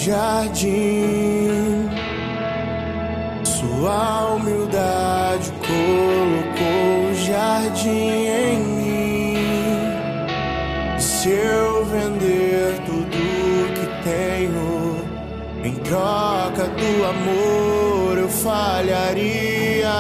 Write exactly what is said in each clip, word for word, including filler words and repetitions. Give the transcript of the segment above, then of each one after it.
jardim. Sua humildade colocou o jardim em mim. Se eu vender tudo que tenho em troca do amor, eu falharia.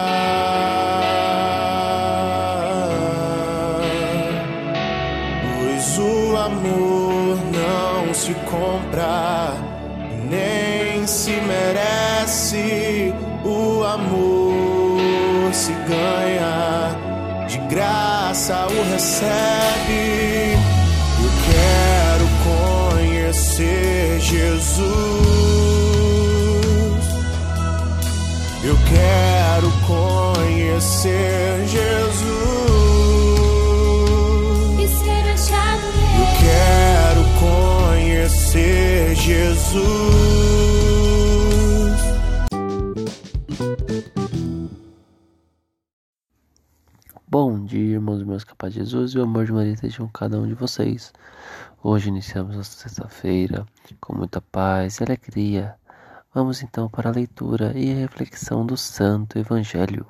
Pois o amor não se compra, nem se merece. O amor se ganha, de graça o recebe. Eu quero conhecer Jesus. Eu quero conhecer Jesus. E ser achado nele. Eu quero conhecer Jesus. Bom dia, irmãos e irmãs, que a paz de Jesus e o amor de Maria estejam com cada um de vocês. Hoje iniciamos a sexta-feira com muita paz e alegria. Vamos então para a leitura e a reflexão do Santo Evangelho.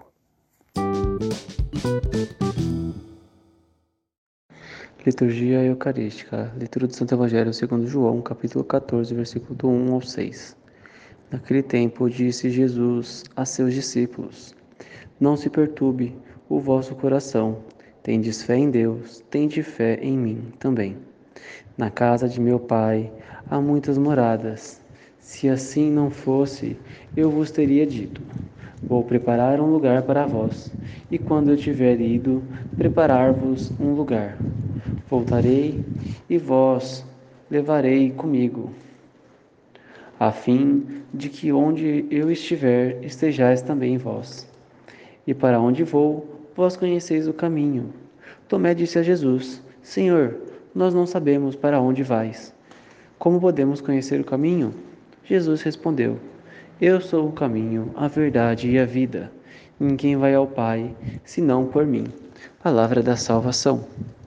Liturgia Eucarística. Leitura do Santo Evangelho segundo João, capítulo catorze, versículo do um ao seis. Naquele tempo disse Jesus a seus discípulos: Não se perturbe o vosso coração. Tendes fé em Deus, tende fé em mim também. Na casa de meu Pai há muitas moradas. Se assim não fosse, eu vos teria dito: Vou preparar um lugar para vós, e quando eu tiver ido, preparar-vos um lugar. Voltarei e vós levarei comigo, a fim de que onde eu estiver, estejais também vós. E para onde vou, vós conheceis o caminho. Tomé disse a Jesus: Senhor, nós não sabemos para onde vais. Como podemos conhecer o caminho? Jesus respondeu: Eu sou o caminho, a verdade e a vida. Ninguém vai ao Pai, senão por mim. Palavra da salvação.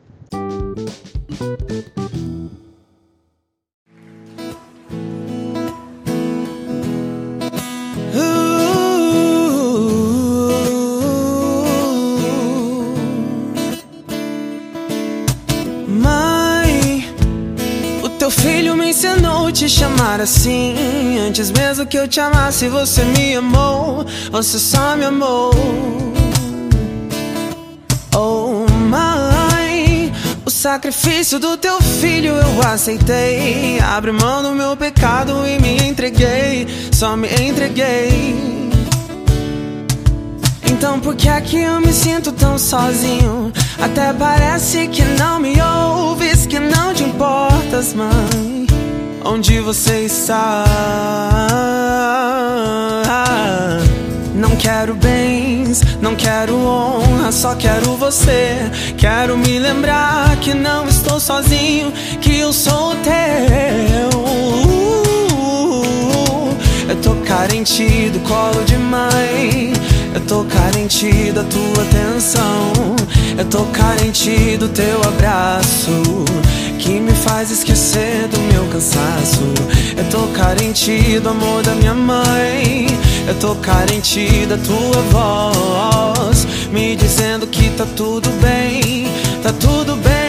Teu filho me ensinou a te chamar assim. Antes mesmo que eu te amasse, você me amou. Você só me amou. Oh, mãe, o sacrifício do teu filho eu aceitei. Abri mão do meu pecado e me entreguei. Só me entreguei. Então por que é que eu me sinto tão sozinho? Até parece que não me ouves, que não te importas, mãe. Onde você está? Não quero bens, não quero honra, só quero você. Quero me lembrar que não estou sozinho, que eu sou teu. Eu tô carente do colo de mãe. Eu tô carente da tua atenção. Eu tô carente do teu abraço, que me faz esquecer do meu cansaço. Eu tô carente do amor da minha mãe. Eu tô carente da tua voz, me dizendo que tá tudo bem, tá tudo bem.